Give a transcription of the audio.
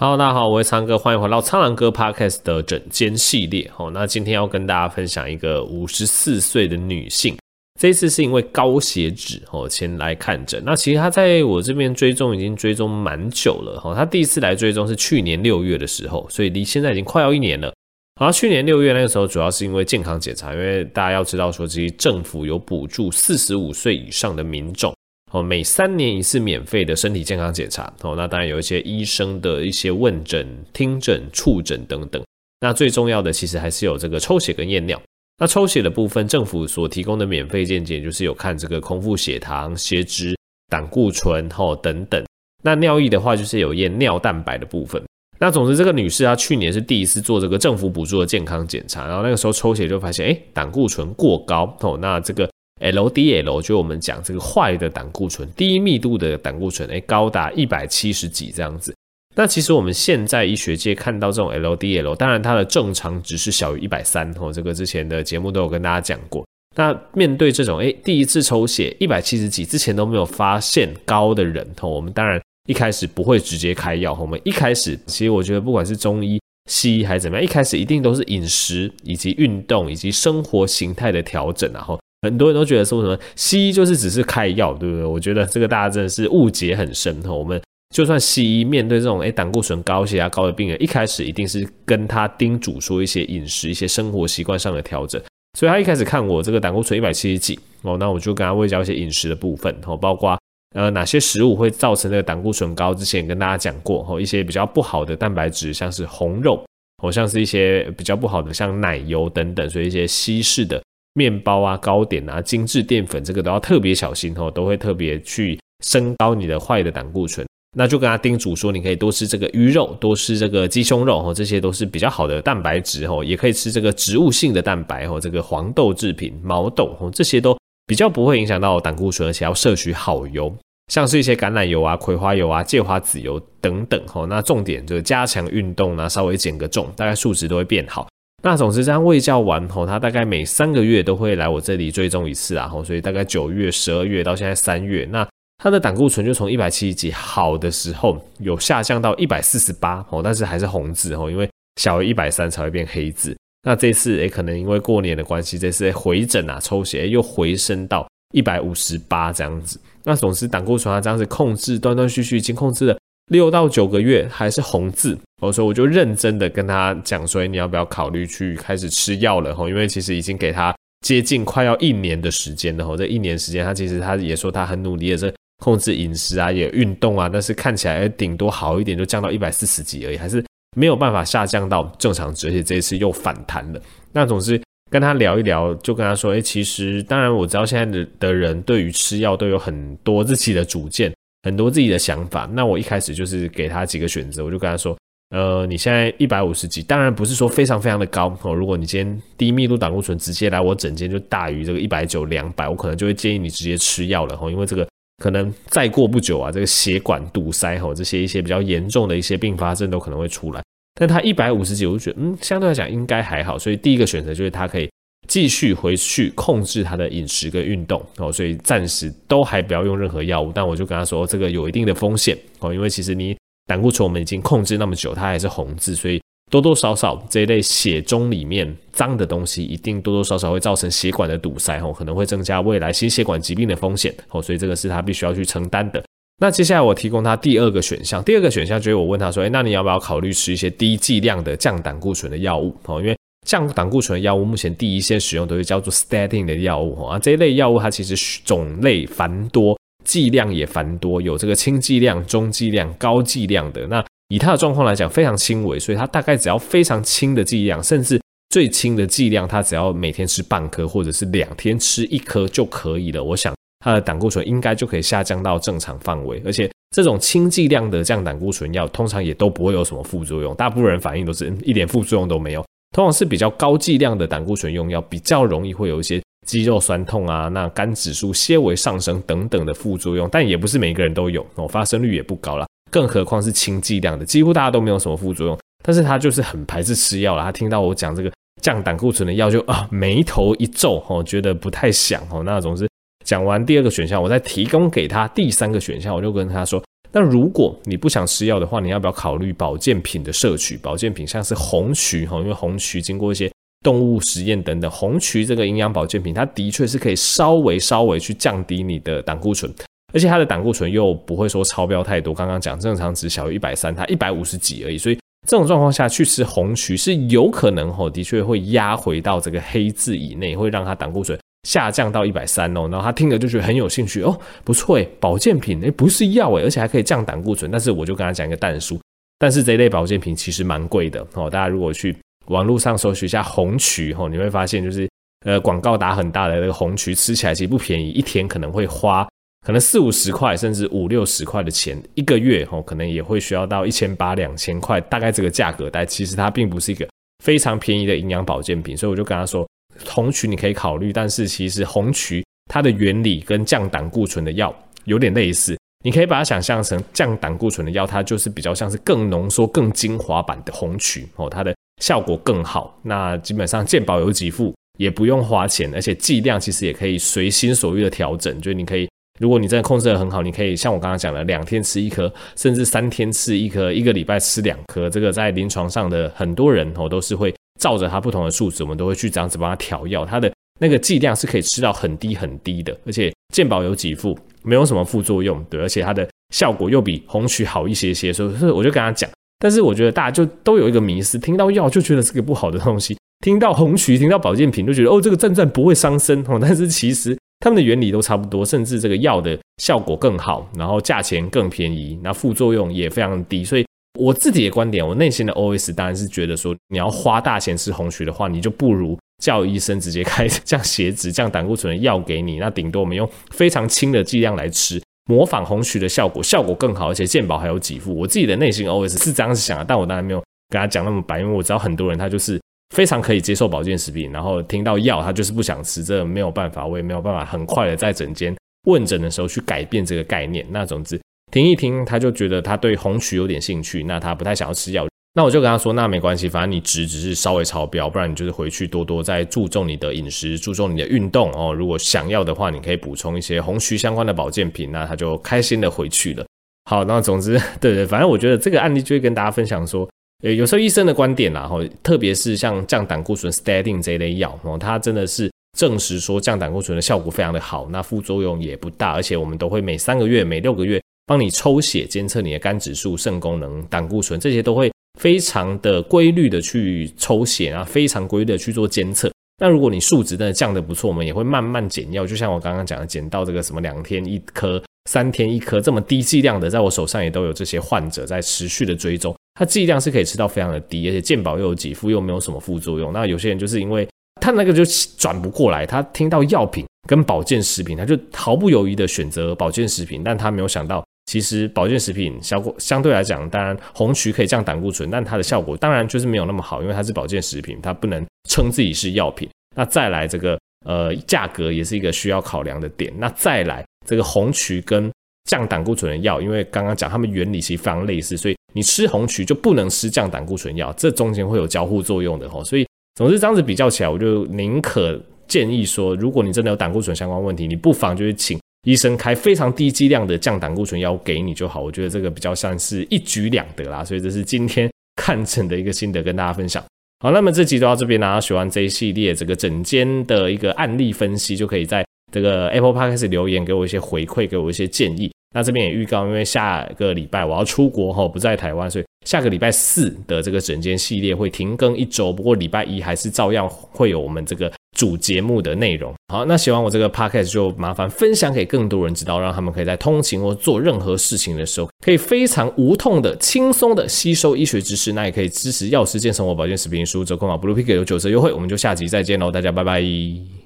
Hello， 大家好，我是苍哥，欢迎回到苍狼哥 Podcast 的整间系列。那今天要跟大家分享一个54岁的女性，这一次是因为高血脂前来看诊。那其实她在我这边追踪已经追踪蛮久了，她第一次来追踪是去年6月的时候，所以离现在已经快要1年了。然后去年6月那个时候主要是因为健康检查，因为大家要知道说，其实政府有补助45岁以上的民众每3年一次免费的身体健康检查，那当然有一些医生的一些问诊、听诊、触诊等等。那最重要的其实还是有这个抽血跟验尿。那抽血的部分，政府所提供的免费健检就是有看这个空腹血糖、血脂、胆固醇等等。那尿液的话，就是有验尿蛋白的部分。那总之，这个女士她去年是第一次做这个政府补助的健康检查，然后那个时候抽血就发现，胆固醇过高那这个LDL 就我们讲这个坏的胆固醇，低密度的胆固醇高达170几这样子。那其实我们现在医学界看到这种 LDL， 当然它的正常值是小于130这个之前的节目都有跟大家讲过。那面对这种第一次抽血170几之前都没有发现高的人，我们当然一开始不会直接开药。我们一开始其实我觉得不管是中医西医还是怎么样，一开始一定都是饮食以及运动以及生活形态的调整很多人都觉得说什么西医就是只是开药，对不对？我觉得这个大家真的是误解很深。我们就算西医面对这种胆固醇高、血压高的病人，一开始一定是跟他叮嘱说一些饮食、一些生活习惯上的调整。所以他一开始看我这个胆固醇170几那我就跟他喂教一些饮食的部分包括哪些食物会造成这个胆固醇高，之前跟大家讲过一些比较不好的蛋白质，像是红肉像是一些比较不好的像奶油等等，所以一些西式的面包啊、糕点啊、精致淀粉，这个都要特别小心都会特别去升高你的坏的胆固醇。那就跟他叮嘱说，你可以多吃这个鱼肉，多吃这个鸡胸肉这些都是比较好的蛋白质也可以吃这个植物性的蛋白这个黄豆制品、毛豆这些都比较不会影响到胆固醇，而且要摄取好油，像是一些橄榄油啊、葵花油啊、芥花籽油等等那重点就是加强运动啊，稍微减个重，大概数值都会变好。那总之这样卫教完他大概每3个月都会来我这里追踪一次所以大概9月、12月到现在3月，那他的胆固醇就从170几好的时候有下降到148但是还是红字因为小于130才会变黑字。那这次可能因为过年的关系，这次回诊抽血又回升到158这样子。那总之胆固醇它这样子控制断断续续已经控制了6到9个月还是红字所以我就认真的跟他讲说，你要不要考虑去开始吃药了因为其实已经给他接近快要1年的时间了这1年时间他其实他也说他很努力的在控制饮食啊，也运动啊，但是看起来顶多好一点就降到140几而已，还是没有办法下降到正常值，而且这一次又反弹了。那总之跟他聊一聊，就跟他说其实当然我知道现在的人对于吃药都有很多自己的主见，很多自己的想法。那我一开始就是给他几个选择，我就跟他说你现在150几，当然不是说非常非常的高如果你今天低密度胆固醇直接来我诊间就大于这个190、200，我可能就会建议你直接吃药了因为这个可能再过不久这个血管堵塞这些一些比较严重的一些并发症都可能会出来。但他150几，我就觉得相对来讲应该还好，所以第一个选择就是他可以继续回去控制他的饮食跟运动所以暂时都还不要用任何药物。但我就跟他说这个有一定的风险因为其实你胆固醇我们已经控制那么久，它还是红字，所以多多少少这一类血中里面脏的东西一定多多少少会造成血管的堵塞可能会增加未来心血管疾病的风险所以这个是他必须要去承担的。那接下来我提供他第二个选项，第二个选项就是我问他说那你要不要考虑吃一些低剂量的降胆固醇的药物因为降胆固醇的药物目前第一线使用都是叫做 statin 的药物这一类药物它其实种类繁多，剂量也繁多，有这个轻剂量、中剂量、高剂量的。那以他的状况来讲非常轻微，所以他大概只要非常轻的剂量，甚至最轻的剂量他只要每天吃半颗或者是2天吃1颗就可以了，我想他的胆固醇应该就可以下降到正常范围。而且这种轻剂量的降胆固醇药通常也都不会有什么副作用，大部分人反应都是一点副作用都没有。通常是比较高剂量的胆固醇用药比较容易会有一些肌肉酸痛啊，那肝指数些微上升等等的副作用，但也不是每个人都有发生率也不高啦，更何况是轻剂量的，几乎大家都没有什么副作用。但是他就是很排斥吃药啦，他听到我讲这个降胆固醇的药就眉头一皱觉得不太想那总之讲完第二个选项，我再提供给他第三个选项，我就跟他说那如果你不想吃药的话，你要不要考虑保健品的摄取？保健品像是红曲，因为红曲经过一些动物实验等等，红曲这个营养保健品，它的确是可以稍微去降低你的胆固醇，而且它的胆固醇又不会说超标太多。刚刚讲正常值小于130，它150几而已，所以这种状况下去吃红曲是有可能的确会压回到这个黑字以内，会让它胆固醇下降到130然后他听了就觉得很有兴趣不错保健品不是药而且还可以降胆固醇。但是我就跟他讲一个但书，但是这一类保健品其实蛮贵的大家如果去网络上搜寻一下红曲你会发现就是广告打很大的那个红曲吃起来其实不便宜，一天可能会花可能40-50块甚至50-60块的钱，一个月可能也会需要到1800-2000块，大概这个价格，但其实它并不是一个非常便宜的营养保健品。所以我就跟他说红曲你可以考虑，但是其实红曲它的原理跟降胆固醇的药有点类似，你可以把它想象成降胆固醇的药，它就是比较像是更浓缩更精华版的红曲它的效果更好，那基本上健保有给付，也不用花钱，而且剂量其实也可以随心所欲的调整，就是你可以如果你真的控制得很好，你可以像我刚刚讲的2天吃1颗，甚至3天吃1颗，1个礼拜吃2颗，这个在临床上的很多人都是会照着它不同的数值，我们都会去这样子帮它调药，它的那个剂量是可以吃到很低很低的，而且健保有给付，没有什么副作用，对，而且它的效果又比红曲好一些些，所以我就跟他讲。但是我觉得大家就都有一个迷思，听到药就觉得是个不好的东西，听到红曲听到保健品就觉得这个赞不会伤身但是其实他们的原理都差不多，甚至这个药的效果更好，然后价钱更便宜，那副作用也非常低。所以我自己的观点，我内心的 OS 当然是觉得说，你要花大钱吃红曲的话，你就不如叫医生直接开降血脂降胆固醇的药给你，那顶多我们用非常轻的剂量来吃，模仿红曲的效果更好，而且健保还有给付。我自己的内心 OS 是这样子想的，但我当然没有跟他讲那么白，因为我知道很多人他就是非常可以接受保健食品，然后听到药他就是不想吃，这没有办法，我也没有办法很快的在诊间问诊的时候去改变这个概念。那总之听一听他就觉得他对红曲有点兴趣，那他不太想要吃药，那我就跟他说那没关系，反正你值只是稍微超标，不然你就是回去多多再注重你的饮食，注重你的运动如果想要的话你可以补充一些红曲相关的保健品，那他就开心的回去了。好，那总之对，反正我觉得这个案例就会跟大家分享说有时候医生的观点啦，特别是像降胆固醇 statin 这一类药它真的是证实说降胆固醇的效果非常的好，那副作用也不大，而且我们都会每3个月每6个月帮你抽血监测你的肝指数肾功能胆固醇，这些都会非常的规律的去抽血啊，非常规律的去做监测。那如果你数值真的降得不错，我们也会慢慢减药，就像我刚刚讲的减到这个什么2天1颗3天1颗这么低剂量的，在我手上也都有这些患者在持续的追踪，它剂量是可以吃到非常的低，而且健保又有给付，又没有什么副作用。那有些人就是因为他那个就转不过来，他听到药品跟保健食品他就毫不犹豫的选择保健食品，但他没有想到其实保健食品相对来讲，当然红曲可以降胆固醇，但它的效果当然就是没有那么好，因为它是保健食品，它不能称自己是药品。那再来这个价格也是一个需要考量的点。那再来这个红曲跟降胆固醇的药，因为刚刚讲它们原理其实非常类似，所以你吃红曲就不能吃降胆固醇药，这中间会有交互作用的所以总之这样子比较起来，我就宁可建议说，如果你真的有胆固醇相关问题，你不妨就是请医生开非常低剂量的降胆固醇药给你就好，我觉得这个比较像是一举两得啦。所以这是今天看诊的一个心得跟大家分享。好，那么这集就到这边啦，喜欢这一系列这个诊间的一个案例分析，就可以在这个 Apple Podcast 留言给我一些回馈，给我一些建议。那这边也预告，因为下个礼拜我要出国不在台湾，所以下个礼拜4的这个诊间系列会停更1周，不过礼拜1还是照样会有我们这个主节目的内容。好，那喜欢我这个 podcast 就麻烦分享给更多人知道，让他们可以在通勤或做任何事情的时候可以非常无痛的轻松的吸收医学知识。那也可以支持药师健生活保健食品书折扣码 Blue Pick 有9折优惠。我们就下集再见咯，大家拜拜。